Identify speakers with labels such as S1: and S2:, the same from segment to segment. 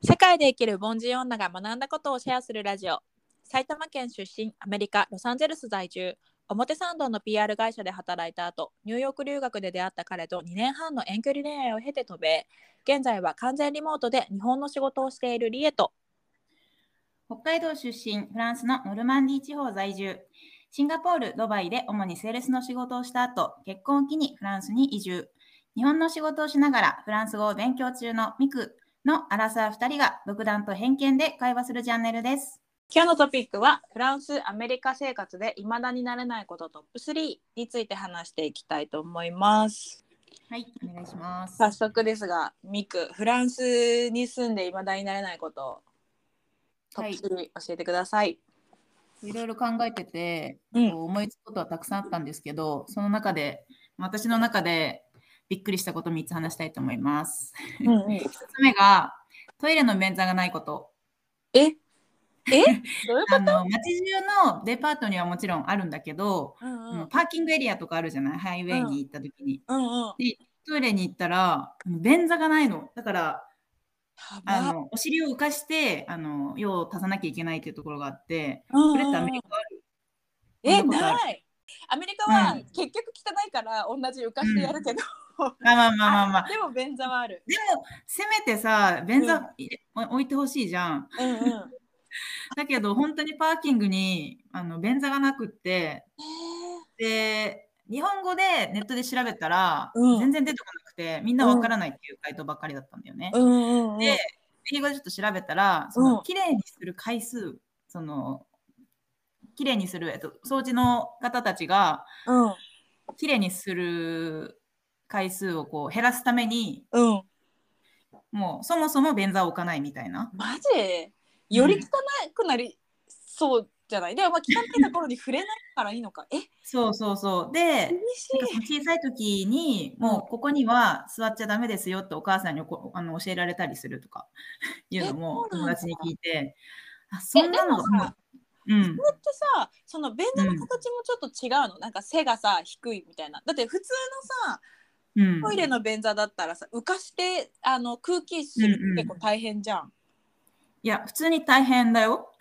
S1: 世界で生きる凡人女が学んだことをシェアするラジオ。埼玉県出身、アメリカ・ロサンゼルス在住。表参道の PR 会社で働いた後、ニューヨーク留学で出会った彼と2年半の遠距離恋愛を経て渡米。現在は完全リモートで日本の仕事をしているリエと、
S2: 北海道出身、フランスのノルマンディー地方在住。シンガポール、ドバイで主にセールスの仕事をした後、結婚を機にフランスに移住。日本の仕事をしながらフランス語を勉強中のミクのアラサー2人が独断と偏見で会話するチャンネルです。
S1: 今日のトピックはフランス・アメリカ生活で未だになれないことトップ3について話していきたいと思います。
S2: はい、お願いします。
S1: 早速ですが、ミク、フランスに住んで未だになれないことトップ3教えてください。
S2: いろいろ考えてて、思いつくことはたくさんあったんですけど、その中で、私の中でびっくりしたこと3つ話したいと思います。1つ目が、トイレの便座がないこと。
S1: どういうこと
S2: 街中のデパートにはもちろんあるんだけど、パーキングエリアとかあるじゃない、ハイウェイに行った時に。でトイレに行ったら、便座がないの。だから、お尻を浮かして用を足さなきゃいけないっていうところがあって、それってアメリカある？
S1: ない。アメリカは結局汚いから同じ浮かしてやるけど、でも便座はある。
S2: でもせめてさ、便座置いてほしいじゃん。だけど本当にパーキングに便座がなくって、で日本語でネットで調べたら、全然出てこなくて、みんなわからないっていう回答ばっかりだったんだよね。で英語でちょっと調べたら、きれいにする回数、きれいにする、掃除の方たちが、きれいにする回数をこう減らすために、もうそもそも便座を置かないみたいな。
S1: マジ？より汚くなりそうじゃない？でも汚いところに触れないからいいのか。
S2: そうそうそう。で、なんか小さい時にもうここには座っちゃダメですよってお母さんに教えられたりするとかいうのも友達に聞いて、そんなのが
S1: それってさ、その便座の形もちょっと違うの？なんか背がさ低いみたいな。だって普通のさ、トイレの便座だったらさ、浮かして空気する結構大変じゃん。
S2: いや普通に大変だよ。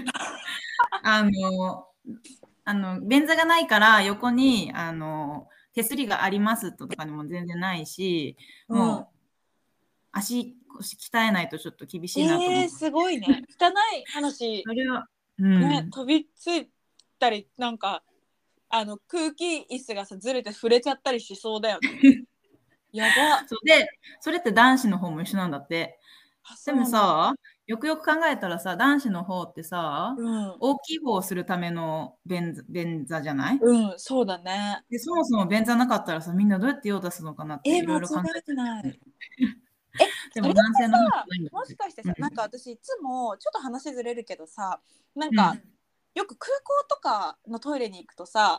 S2: 便座がないから横に手すりがありますとかでも全然ないし、もう足腰鍛えないとちょっと厳しいなと思って。
S1: すごいね。汚い話。
S2: それは、
S1: 飛びついたり、なんか空気椅子がさずれて触れちゃったりしそうだよね。やば。
S2: それって男子の方も一緒なんだって。でもさ、よくよく考えたらさ、男子の方ってさ、大きい方をするための便座じゃない？
S1: そうだね。
S2: でそもそも便座なかったらさ、みんなどうやって用を出すのかなっていろいろ考えてない。
S1: でも男性のもしかしてさ、なんか私いつもちょっと話ずれるけどさ、なんか、よく空港とかのトイレに行くとさ、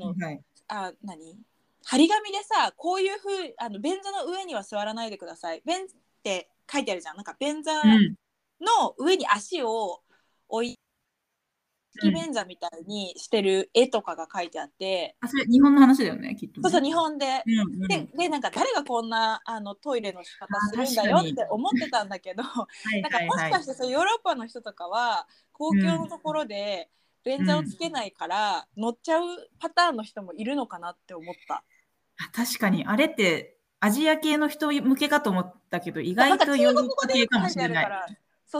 S1: 張り紙でさ、こういう風便座の上には座らないでください。便って書いてあるじゃん。なんか便座の上に足を置いて、便座みたいにしてる絵とかが書いてあって、
S2: それ日本の話だよね、きっとね。
S1: そう日本で。でなんか誰がこんなトイレの仕方するんだよって思ってたんだけど、なんかもしかしてそうヨーロッパの人とかは公共のところで便座をつけないから乗っちゃうパターンの人もいるのかなって思った。
S2: 確かにあれってアジア系の人向けかと思ったけど、意外とヨーロッパ系かもしれない。
S1: 中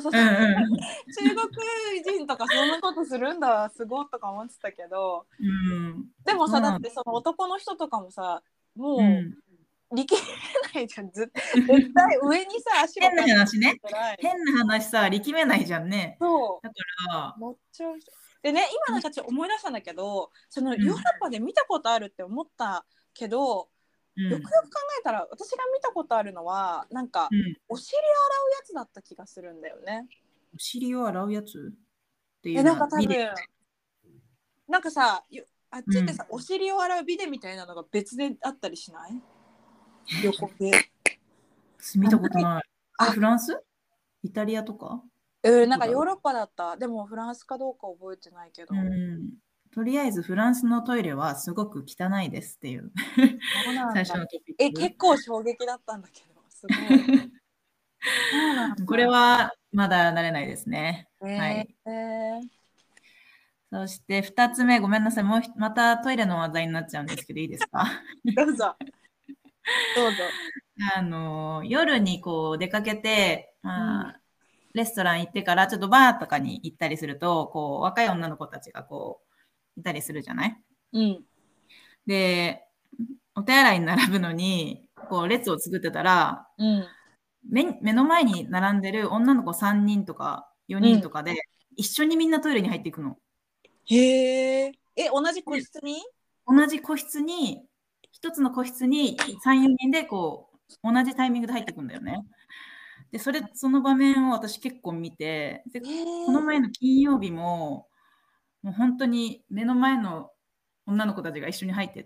S1: 国人とかそんなことするんだ、すごいとか思ってたけど、でもさ、だってその男の人とかもさ、もう力めないじゃん。絶対上にさ足を
S2: 変な話ね。変な話さ、力めないじゃんね。
S1: そう
S2: だから
S1: 乗っちゃう人でね、今なんかちょっと思い出したんだけど、そのヨーロッパで見たことあるって思ったけど、よくよく考えたら私が見たことあるのはなんか、お尻洗うやつだった気がするんだよね。
S2: お尻を洗うやつっていう
S1: のはなんか多分なんかさ、あっちってさ、お尻を洗うビデみたいなのが別であったりしない？横で
S2: 見たことない。フランス？イタリアとか？
S1: なんかヨーロッパだった。でもフランスかどうか覚えてないけど、
S2: とりあえずフランスのトイレはすごく汚いですっていう最初のトピック。
S1: 結構衝撃だったんだけど、すごい
S2: これはまだ慣れないですね。はい。
S1: えー、
S2: そして2つ目、ごめんなさい。またトイレの話題になっちゃうんですけど、いいですか？
S1: どうぞ。どうぞ。
S2: 夜にこう出かけて、
S1: うん。
S2: レストラン行ってからちょっとバーとかに行ったりすると、こう若い女の子たちがこういたりするじゃない？
S1: うん。
S2: で、お手洗いに並ぶのに、こう列を作ってたら、
S1: うん。
S2: 目の前に並んでる女の子3人とか4人とかで、一緒にみんなトイレに入っていくの。
S1: へえ。同じ個室に？
S2: 同じ個室に、一つの個室に3、4人でこう、同じタイミングで入っていくんだよね。で、その場面を私結構見て、で、この前の金曜日も、もう本当に目の前の女の子たちが一緒に入ってって、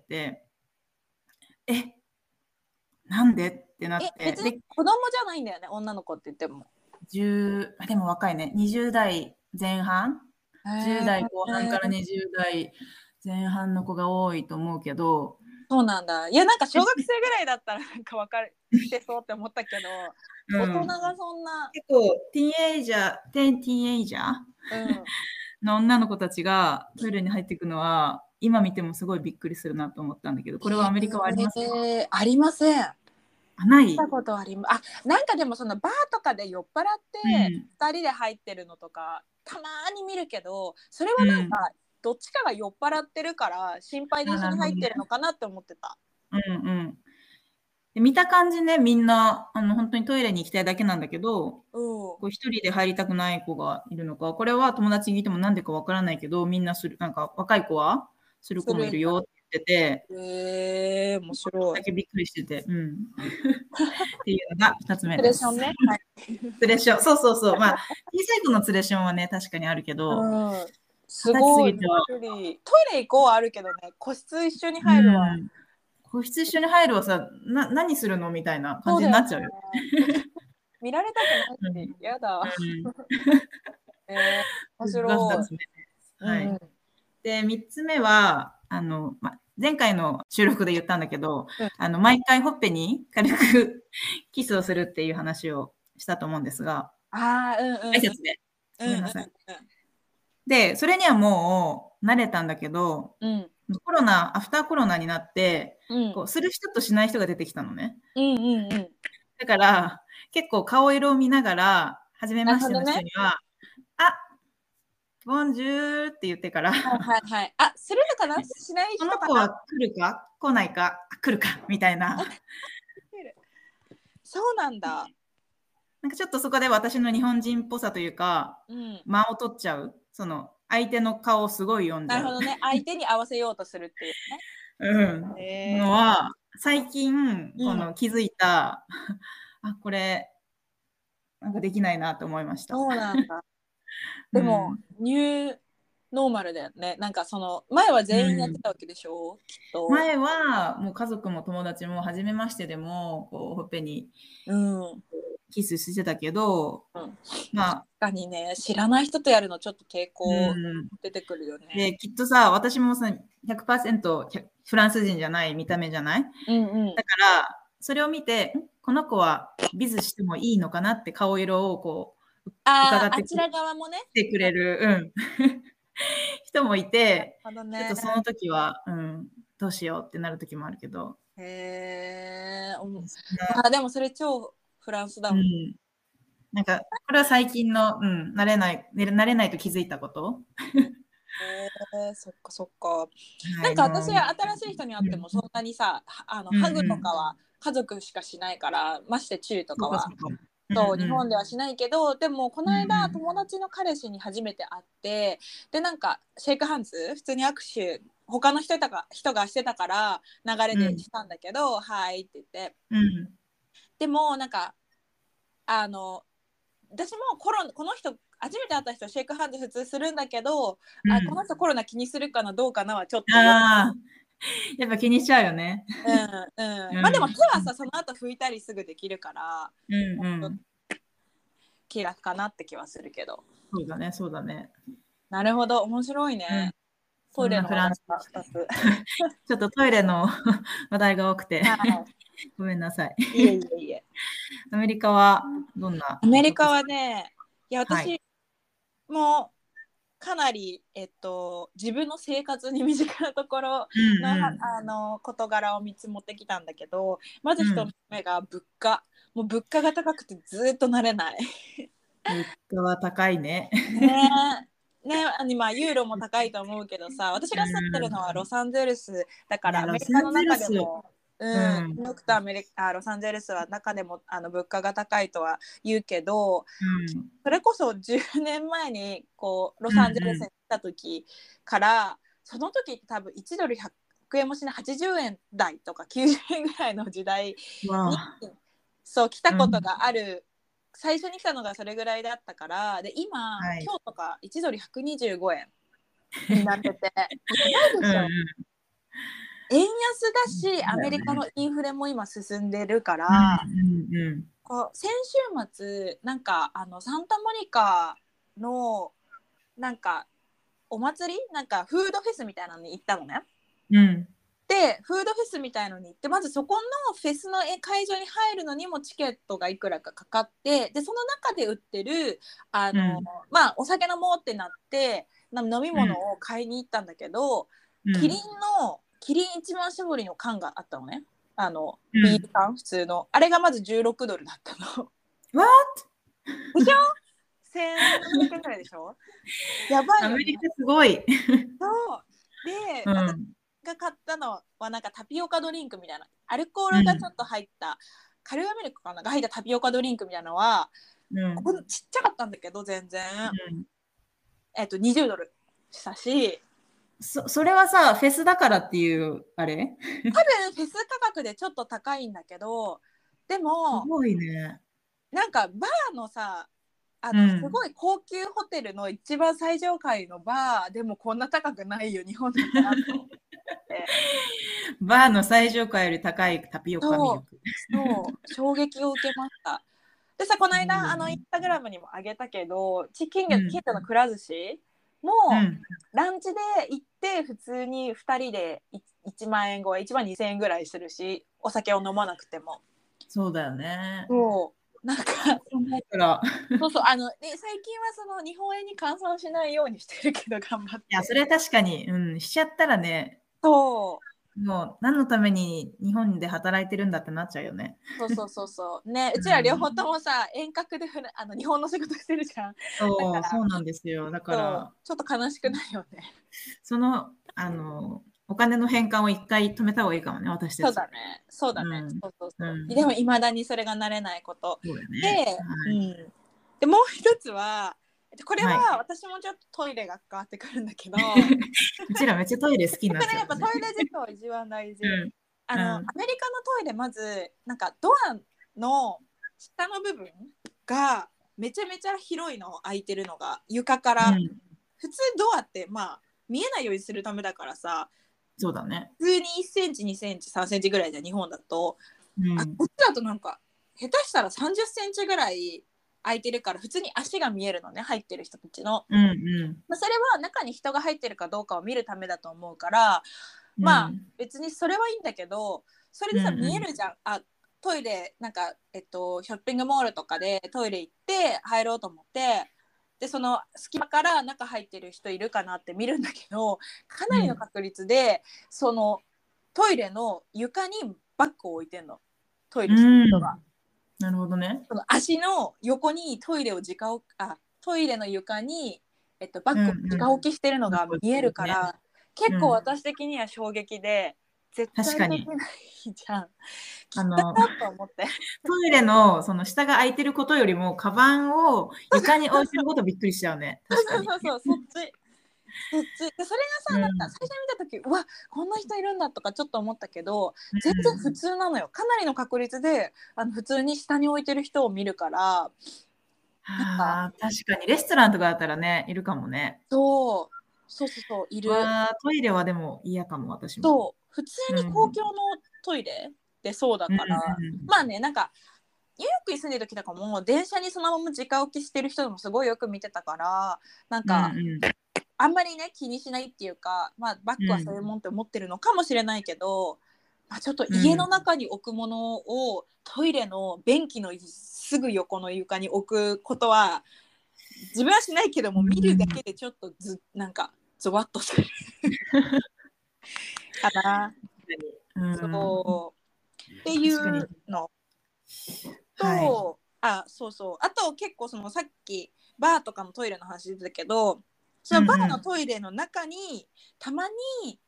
S2: なんでってなって、
S1: 別に子供じゃないんだよね、女の子って言っても。
S2: でも若いね、20代前半、10代後半から20代前半の子が多いと思うけど。
S1: そうなんだ。いや、なんか小学生ぐらいだったらなんか分かってそうって思ったけど、大人がそんな。
S2: 結構ティーンエイジャーの女の子たちがトイレに入っていくのは、今見てもすごいびっくりするなと思ったんだけど、これはアメリカはありますか？
S1: ありません。
S2: ない。
S1: 見たことあります。なんかでもそのバーとかで酔っ払って2人で入ってるのとか、たまに見るけど、それはなんかどっちかが酔っ払ってるから心配で一緒に入ってるのかなって思ってた。
S2: で見た感じね、みんな本当にトイレに行きたいだけなんだけど、こう一人で入りたくない子がいるのか、これは友達に聞いてもなんでかわからないけど、みんななんか若い子はする子もいるよって言って
S1: て。面白い。
S2: だけびっくりしてて、っていうのが2つ目
S1: です。ツレションね。
S2: はい、ツレション、そうそうそう。まあ、小さい子のツレションはね、確かにあるけど、
S1: すごい。トイレ行こうはあるけどね、個室一緒に入るわ。
S2: 個室一緒に入るはさ、何するのみたいな感じになっちゃうよ。
S1: 見られたくないし、やだ。面白い。
S2: はい。で、3つ目は、前回の収録で言ったんだけど、毎回ほっぺに軽くキスをするっていう話をしたと思うんですが、挨拶で。ごめんなさい。で、それにはもう慣れたんだけど、アフターコロナになって、こうする人としない人が出てきたのね。だから、結構顔色を見ながら、初めましての人には、ボンジューって言ってから、
S1: するのかな、しない人かな、
S2: この子は来るか来ないか、来るかみたいな。
S1: そうなんだ。
S2: なんかちょっとそこで私の日本人っぽさというか、間を取っちゃう。その相手の顔をすごい読んじゃう。
S1: なるほどね。相手に合わせようとするっていう
S2: ね。のは最近この気づいた、これなんかできないなと思いました。
S1: そうなんだ。でも、ニューノーマルだよね。なんかその前は全員やってたわけでしょ、きっと。
S2: 前はもう家族も友達も初めましてでもこうほっぺにキスしてたけど、
S1: まあ確かにね、知らない人とやるのちょっと抵抗出てくるよね。
S2: できっとさ、私もさ 100% フランス人じゃない見た目じゃない、だからそれを見てこの子はビズしてもいいのかなって顔色をこう伺って
S1: あちら側もね
S2: てくれる、人もいて、ちょっとその時は、どうしようってなる時もあるけど。
S1: でもそれ超フランスだもん。
S2: なんかこれは最近の、慣れないと気づいたこと。
S1: そっかそっか。なんか私は新しい人に会ってもそんなにさ、ハグとかは家族しかしないから、ましてチューとかはそう日本ではしないけど、でもこの間友達の彼氏に初めて会って、でなんかシェイクハンズ普通に握手他の人がしてたから流れでしたんだけど、はいって言って、でもなんか私もこの人初めて会った人シェイクハンズ普通するんだけど、この人コロナ気にするかなどうかなはちょっと
S2: やっぱ気にしちゃうよね。
S1: まあでも手はさその後拭いたりすぐできるから、気楽かなって気はするけど。
S2: そうだね。
S1: なるほど、面白いね。トイレの
S2: フランスちょっとトイレの話題が多くて、ごめんなさい。
S1: いえ。
S2: アメリカはどんな？
S1: アメリカはね、 いや、
S2: はい。
S1: 私もかなり、自分の生活に身近なところ
S2: う
S1: の、
S2: ん
S1: 事柄を見積もってきたんだけど、まず
S2: うん。
S1: 一つ目が物価。もう物価が高くてずっと慣れない。
S2: 物価は高いね。
S1: ねえ。ね、今ユーロも高いと思うけどさ、私が住んでるの
S2: う
S1: はロサンゼルスだか
S2: ん。いや、
S1: ら、ア
S2: ロ
S1: メリカの
S2: サンゼルス、
S1: 中でも、ニ
S2: う
S1: ュー
S2: ん、
S1: ヨークとロサンゼルスは中でも物価が高いとは言うけど、
S2: うん、
S1: それこそ10年前にこうロ
S2: うん
S1: サンゼルスに来
S2: う
S1: た時から、その時って多分1ドル100円もしない80円台とか90円ぐらいの時代
S2: ん。わ
S1: に
S2: あ、
S1: そう来た
S2: うん、
S1: ことがある。最初に来たのがそれぐらいだったから、で今
S2: はい。
S1: 日とか1ドル125円になってて、やばいで
S2: うんう
S1: しょ。
S2: ん。
S1: 円安だ
S2: そ
S1: し、ア
S2: うだよね。
S1: メリカのインフレも今進んでるか
S2: うん
S1: ら、
S2: うんうん。
S1: こう先週末なんかサンタモニカのなんかお祭りなんかフードフェスみたいなのに行ったのね。
S2: うん。
S1: でフードフェスみたいのに行って、まずそこのフェスの会場に入るのにもチケットがいくらかかかって、でその中で売ってる
S2: うん。
S1: まあお酒飲もうってなって飲み
S2: うん。
S1: 物を買いに行ったんだけど、キリン
S2: うん。
S1: のキリン一番搾りの缶があったのね。
S2: うん。
S1: ビール缶普通のあれがまず16ドルだったの。
S2: わ
S1: でしょ。1700円くらいでしょ。やばいよね。
S2: アメリカすごい。
S1: そうで、私
S2: うん。
S1: が買ったのはなんかタピオカドリンクみたいな、アルコー
S2: うん。
S1: ルがちょっと入ったカルアミルクかなが入ったタピオカドリンクみたいなのは
S2: うん。
S1: ちっちゃかったんだけど全然、
S2: うん。
S1: 20ドルしたし、
S2: それはさ、フェスだからっていう、あれ
S1: 多分フェス価格でちょっと高いんだけど、でも
S2: すごいね。
S1: なんかバーのさ、す
S2: うん。
S1: ごい高級ホテルの一番最上階のバーでもこんな高くないよ日本だったらと思って。
S2: バーの最上階より高いタピオカミ
S1: そう
S2: ルク。
S1: そう衝撃を受けました。でさ、この
S2: すごいよ
S1: 間イン
S2: ね。
S1: スタグラムにもあげたけど、近
S2: うん。
S1: 所のくら寿司も
S2: うん。
S1: ランチで行って普通に2人で1万円超え1万2000円ぐらいするし、お酒を飲まなくても。
S2: そうだよね。
S1: そうなんか
S2: そう考えたら、
S1: そうそうで最近はその日本円に換算しないようにしてるけど頑張っ
S2: いや、そ
S1: て。
S2: れは確かに、うん、しちゃったらね、
S1: そう
S2: もう何のために日本で働いてるんだってなっちゃうよね。
S1: そうそうそうそうね、うちら両方と
S2: うん。
S1: もさ遠隔で日本の仕事してるじゃん。だか
S2: そう、
S1: ら
S2: そうなんですよ。だか
S1: そう
S2: ら、
S1: ちょっと悲しくないよね。
S2: その、お金の返還を一回止めた方がいいかもね、私た
S1: そうだ
S2: ち。
S1: ね、そうだね、
S2: うん。
S1: そうそう
S2: う
S1: そう。で
S2: ん。
S1: もいまだにそれが慣れないこと。
S2: そうだね。
S1: で、う
S2: はい。
S1: ん。でもう一つは、これ
S2: はい。
S1: は私もちょっとトイレが関わってくるんだけど、
S2: うちらめっちゃトイレ好きになっ
S1: これやっぱト
S2: ちゃうよね。
S1: イレ事情一番大事。
S2: うん。
S1: ア
S2: うん。
S1: メリカのトイレまずなんかドアの下の部分がめちゃめちゃ広いの空いてるのが床から、
S2: うん。
S1: 普通ドアってまあ見えないようにするためだからさ、
S2: そうだね。
S1: 普通に1センチ2センチ3センチぐらいじゃ日本だと、
S2: うん。
S1: こっちだとなんか下手したら30センチぐらい空いてるから普通に足が見えるのね、入ってる人たちの。
S2: うんうん
S1: まあ、それは中に人が入ってるかどうかを見るためだと思うから、まあ
S2: うん
S1: 別にそれはいいんだけど、それ
S2: うん
S1: でさ見え
S2: う
S1: るじゃん。トイレなんか、ショッピングモールとかでトイレ行って入ろうと思って、でその隙間から中入ってる人いるかなって見るんだけど、かなりの
S2: ん
S1: 確率でそのトイレの床にバッグを置いてんの、トイ
S2: う
S1: レしてる人が。
S2: ん。なるほどね。
S1: その足の横にトイレの床に、バッグを
S2: うんうん。
S1: 直置きしてるのが見えるか
S2: ね。
S1: ら、結構
S2: うん。
S1: 私的には衝撃で絶対
S2: 確かに。
S1: できないじゃん。きっと
S2: あの、
S1: だと思って。
S2: トイレのその下が空いてることよりも、カバンを床に置いてることびっくりしちゃうね。確かに。
S1: そうそうそう、そっち。そっちで、それがさ、なんか
S2: うん。
S1: 最初に見た時うわこんな人いるんだとかちょっと思ったけど、
S2: う
S1: 全然普
S2: ん。
S1: 通なのよ。かなりの確率で普通に下に置いてる人を見るから、なんか
S2: ああ、確かにレストランとかだったらね、いるかもね。
S1: そうそうそうそういる。
S2: わあ、トイレはでも嫌かも、私も。
S1: そう普通
S2: うん。
S1: に公共のトイレでそうだ
S2: うん
S1: から、
S2: うん。
S1: まあね、なんかニューヨークに住んでる時とかも電車にそのまま直置きしてる人もすごいよく見てたから、なん
S2: うん
S1: か
S2: うん。
S1: あんまりね気にしないっていうか、まあバッグはそういう
S2: うん。
S1: もんって思ってるのかもしれないけど、まあ、ちょっと
S2: うん。
S1: 家の中に置くものをトイレの便器のすぐ横の床に置くことは自分はしないけども、見るだけでちょっとなんかゾワッとするかな。そうっていうのと、はい、そうそう、あと結構そのさっきバーとかのトイレの話出てたけど、そのバーのトイレの中にたまに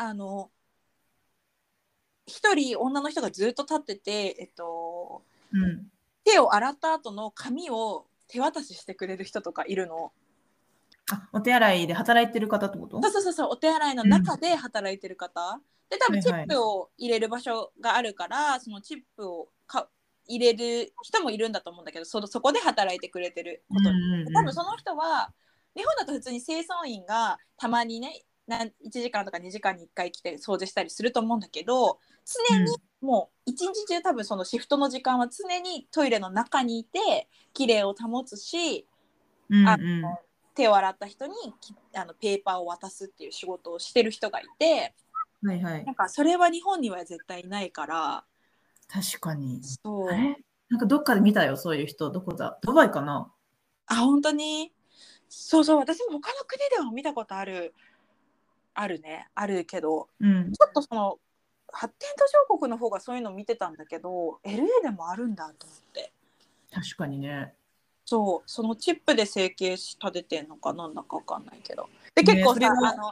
S1: 一人女の人がずっと立ってて、手を洗った後の髪を手渡ししてくれる人とかいるの。
S2: お手洗いで働いてる方ってこと？
S1: そう、お手洗いの中で働いてる方、で多分チップを入れる場所があるから、そのチップを入れる人もいるんだと思うんだけど、そこで働いてくれてることに、多分その人は日本だと普通に清掃員がたまにね1時間とか2時間に1回来て掃除したりすると思うんだけど、常にもう一日中多分そのシフトの時間は常にトイレの中にいて綺麗を保つし、手を洗った人にペーパーを渡すっていう仕事をしてる人がいて、なんかそれは日本には絶対ないから。
S2: 確かに。
S1: そう。
S2: なんかどっかで見たよ、そういう人。どこだ？ドバイかな？
S1: 本当に？そう、私も他の国では見たことあるね、あるけど、ちょっとその発展途上国の方がそういうの見てたんだけど、LA でもあるんだと思って。
S2: 確かにね。
S1: そう、そのチップで生計立ててんのかなんだか分かんないけど、で結構さ、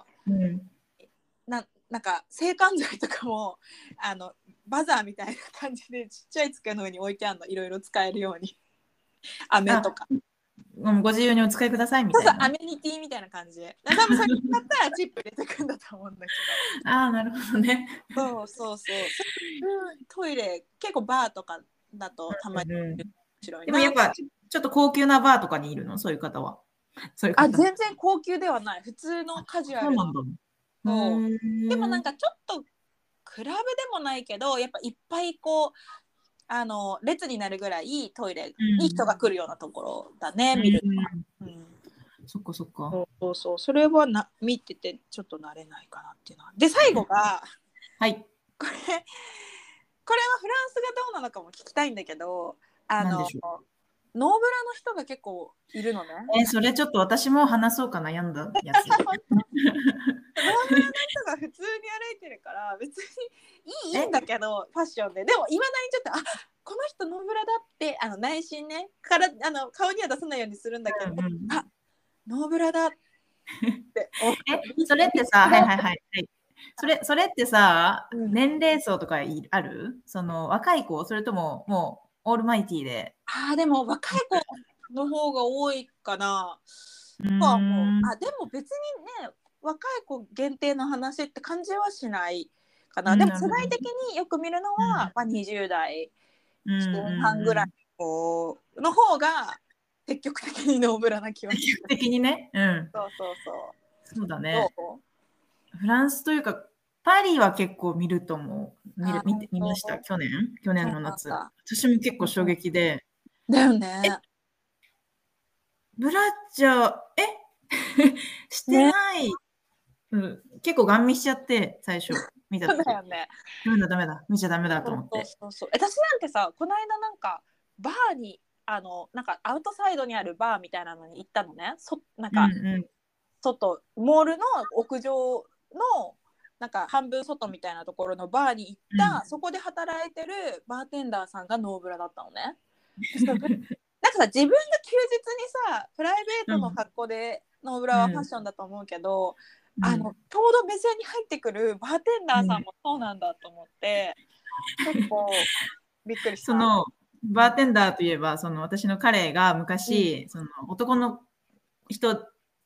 S1: なんか制汗剤とかもバザーみたいな感じでちっちゃい机の上に置いてあるの、いろいろ使えるように飴とか
S2: ご自由にお使いくださいみたいな。
S1: そうアメニティみたいな感じで、多分それだったらチップ入れてくんだと思うんだけ
S2: どなるほどね。
S1: そうトイレ結構バーとかだとたまに面白いな。
S2: でもやっぱちょっと高級なバーとかにいるの？そういう方は。
S1: 全然高級ではない、普通のカジュアルな。でもなんかちょっとクラブでもないけど、やっぱいっぱいこう列になるぐらいトイレに人が来るようなところだね、見るのは。
S2: そっかそっか。
S1: そう、それは見ててちょっと慣れないかなっていうのは。で最後が
S2: はい
S1: これはフランスがどうなのかも聞きたいんだけど、ノーブラの人が結構いるのね。
S2: それちょっと私も話そうか悩んだやつ。
S1: ノーブラの人が普通に歩いてるから別にいいんだけど、ファッションで。でもいまだにちょっとこの人ノーブラだって内心ねから顔には出さないようにするんだけど、ノーブラだって
S2: それってさ、それってさ、年齢層とかある？その若い子、それとももうオールマイティーで？
S1: でも若い子の方が多いかなとは思う。でも別にね、若い子限定の話って感じはしないかな。でも世代的によく見るのは、20代前半ぐらいの方が積極的にノーブラな気はする。
S2: 積極的にね。そうだね。フランスというかパリは結構見ると思う。見ました。去年の夏。私も結構衝撃で。
S1: だよね。
S2: ブラジャーしてない、結構ガン見しちゃって最初見た時。
S1: だよね。
S2: ダメだ見ちゃダメだと思って。
S1: 私なんてさ、この間なんかバーになんかアウトサイドにあるバーみたいなのに行ったのね。なんか、外モールの屋上のなんか半分外みたいなところのバーに行った、そこで働いてるバーテンダーさんがノーブラだったのね。なんかさ、自分が休日にさプライベートの格好でノーブラはファッションだと思うけど、ちょうど目線に入ってくるバーテンダーさんもそうなんだと思って、結構びっくりした。
S2: そのバーテンダーといえば、その私の彼が昔、その男の人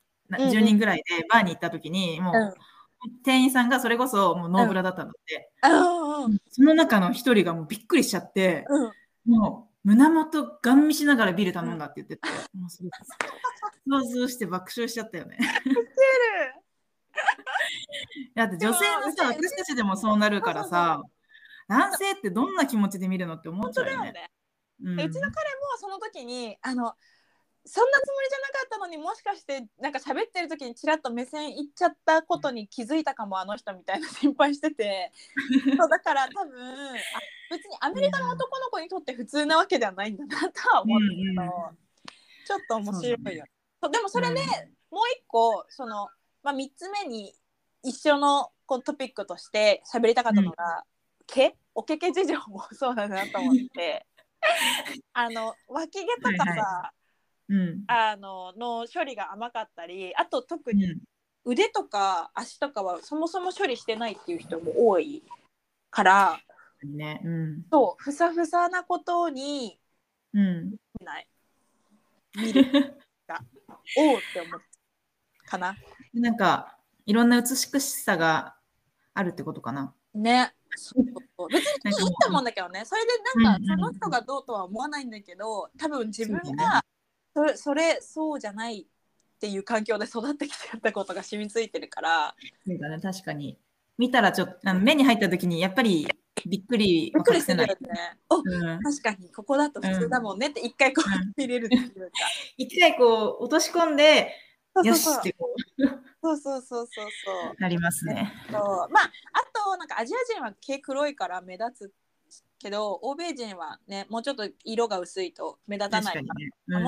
S2: 10人ぐらいでバーに行った時に、もう店員さんがそれこそもうノーブラだったので、その中の一人がもうびっくりしちゃって、もう胸元ガン見しながらビール頼んだって言ってて、もうそれ想像して爆笑しちゃったよね。だって女性のさ、私たちでもそうなるからさ、男性ってどんな気持ちで見るのって思っちゃうよね。
S1: うちの彼もその時にそんなつもりじゃなかったのに、もしかしてなんか喋ってる時にちらっと目線いっちゃったことに気づいたかも、あの人みたいな心配しててそうだから多分別にアメリカの男の子にとって普通なわけではないんだなとは思うんだけど、ちょっと面白いよね。 でもそれで、もう一個その、3つ目に一緒のこうトピックとして喋りたかったのが、おけけ事情もそうだなと思って脇毛とかさ、の処理が甘かったり、あと特に腕とか足とかはそもそも処理してないっていう人も多いから、そうふさふさなことに見るがおうって思ったかな。
S2: なんかいろんな美しさがあるってことかな。
S1: ね。そう別にいいと思うんだけどね。それでなんかその人がどうとは思わないんだけど、多分自分がそうじゃないっていう環境で育ってきてたことが染みついてるから。
S2: そうだね、確かに見たらちょっと目に入った時にやっぱりびっくり
S1: は隠せない。確かにここだと普通だもんねって一回こう見れるっていうか、
S2: 一回こう落とし込んでよしってこ
S1: うそう
S2: なりますね。
S1: あとなんかアジア人は毛黒いから目立つけど、欧米人はねもうちょっと色が薄いと目立たないから、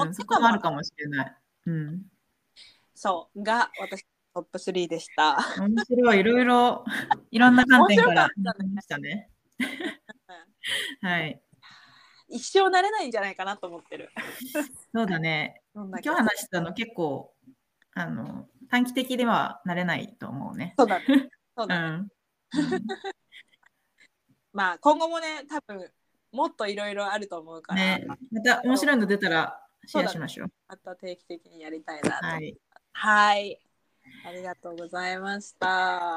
S2: そこもあるかもしれない。
S1: そうが私トップ3でした。
S2: 面白い、いろんな観点から見ましたね。はい。
S1: 一生なれないんじゃないかなと思ってる。
S2: そうだね。今日話したの結構短期的ではなれないと思うね。
S1: そうだね。今後もね多分もっといろいろあると思うから、
S2: また面白いの出たらシェアしましょう。
S1: また定期的にやりたいなと。はい。ありがとうございました。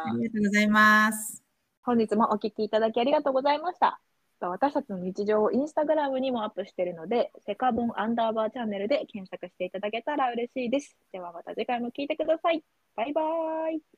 S2: ありがとうございます。
S1: 本日もお聞きいただきありがとうございました。私たちの日常をインスタグラムにもアップしているので、セカボン_チャンネルで検索していただけたら嬉しいです。ではまた次回も聞いてください。バイバーイ。